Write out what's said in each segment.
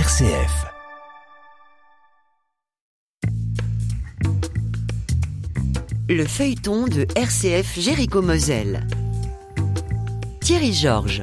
RCF. Le feuilleton de RCF Jéricho-Moselle. Thierry Georges.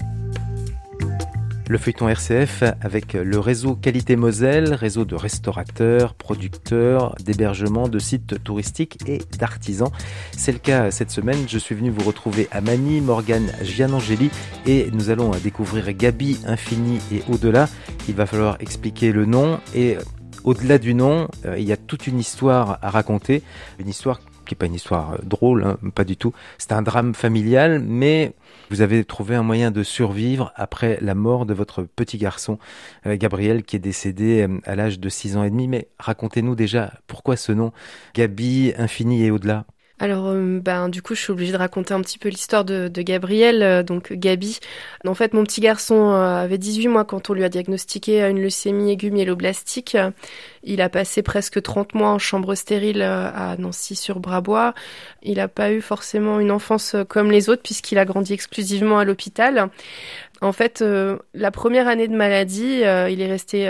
Le feuilleton RCF avec le réseau Qualité Moselle, réseau de restaurateurs, producteurs, d'hébergements, de sites touristiques et d'artisans. C'est le cas cette semaine. Je suis venu vous retrouver à Magny, Morgane Gianangeli, et nous allons découvrir Gabi Infini et au-delà. Il va falloir expliquer le nom et au-delà du nom, il y a toute une histoire à raconter. Une histoire qui n'est pas une histoire drôle, pas du tout. C'est un drame familial, mais vous avez trouvé un moyen de survivre après la mort de votre petit garçon, Gabriel, qui est décédé à l'âge de 6 ans et demi. Mais racontez-nous déjà, pourquoi ce nom, Gabi Infini et au-delà ? Alors, du coup, je suis obligée de raconter un petit peu l'histoire de Gabriel, donc Gabi. En fait, mon petit garçon avait 18 mois quand on lui a diagnostiqué une leucémie aiguë myéloblastique. Il a passé presque 30 mois en chambre stérile à Nancy-sur-Brabois. Il n'a pas eu forcément une enfance comme les autres puisqu'il a grandi exclusivement à l'hôpital. En fait, la première année de maladie, il est resté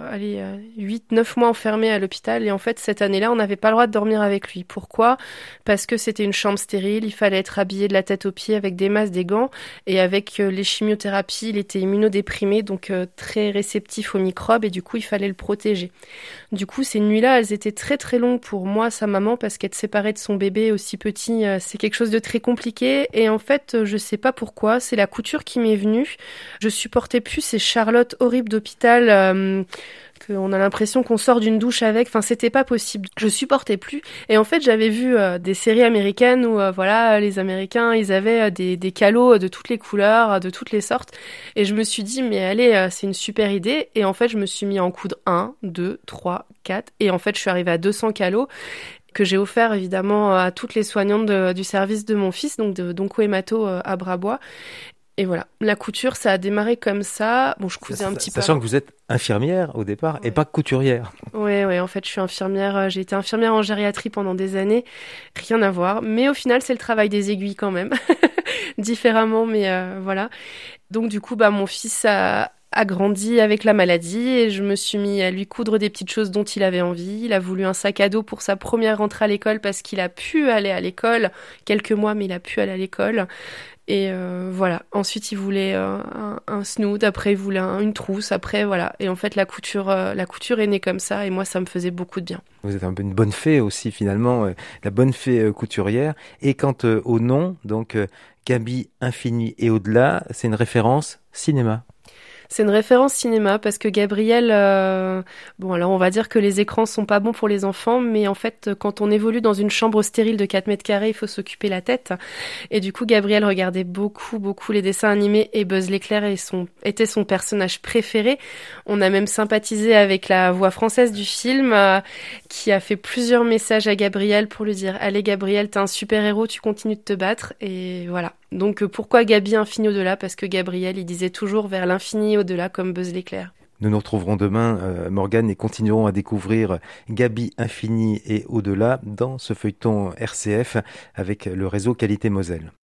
8-9 mois enfermé à l'hôpital. Et en fait, cette année-là, on n'avait pas le droit de dormir avec lui. Pourquoi ? Parce que c'était une chambre stérile, il fallait être habillé de la tête aux pieds avec des masques, des gants. Et avec les chimiothérapies, il était immunodéprimé, donc très réceptif aux microbes. Et du coup, il fallait le protéger. Du coup, ces nuits-là, elles étaient très très longues pour moi, sa maman, parce qu'être séparée de son bébé aussi petit, c'est quelque chose de très compliqué. Et en fait, je sais pas pourquoi, c'est la couture qui m'est venue. Je supportais plus ces charlottes horribles d'hôpital qu'on a l'impression qu'on sort d'une douche avec. Enfin, c'était pas possible. Je supportais plus. Et en fait, j'avais vu des séries américaines où, les Américains, ils avaient des calots de toutes les couleurs, de toutes les sortes. Et je me suis dit, mais allez, c'est une super idée. Et en fait, je me suis mis à en coudre 1, 2, 3, 4. Et en fait, je suis arrivée à 200 calots que j'ai offert évidemment à toutes les soignantes du service de mon fils, donc d'Onco-Hémato à Brabois. Et voilà, la couture, ça a démarré comme ça. Bon, je cousais un petit peu. Sachant que vous êtes infirmière au départ et pas couturière. Ouais, en fait, je suis infirmière. J'ai été infirmière en gériatrie pendant des années. Rien à voir. Mais au final, c'est le travail des aiguilles quand même. Différemment, mais voilà. Donc du coup, mon fils a grandi avec la maladie et je me suis mis à lui coudre des petites choses dont il avait envie. Il a voulu un sac à dos pour sa première rentrée à l'école parce qu'il a pu aller à l'école. Quelques mois, mais il a pu aller à l'école. Et voilà. Ensuite, il voulait un snood. Après, il voulait une trousse. Après, voilà. Et en fait, la couture est née comme ça. Et moi, ça me faisait beaucoup de bien. Vous êtes un peu une bonne fée aussi, finalement, la bonne fée couturière. Et quant au nom, donc Gabi Infini et au-delà, c'est une référence cinéma. C'est une référence cinéma parce que Gabriel, alors on va dire que les écrans sont pas bons pour les enfants, mais en fait, quand on évolue dans une chambre stérile de 4 mètres carrés, il faut s'occuper la tête. Et du coup, Gabriel regardait beaucoup les dessins animés et Buzz l'éclair était son personnage préféré. On a même sympathisé avec la voix française du film qui a fait plusieurs messages à Gabriel pour lui dire « Allez Gabriel, t'es un super-héros, tu continues de te battre » et voilà. Donc pourquoi Gabi Infini au-delà ? Parce que Gabriel, il disait toujours vers l'infini au-delà comme Buzz l'éclair. Nous nous retrouverons demain, Morgane, et continuerons à découvrir Gabi Infini et au-delà dans ce feuilleton RCF avec le réseau Qualité Moselle.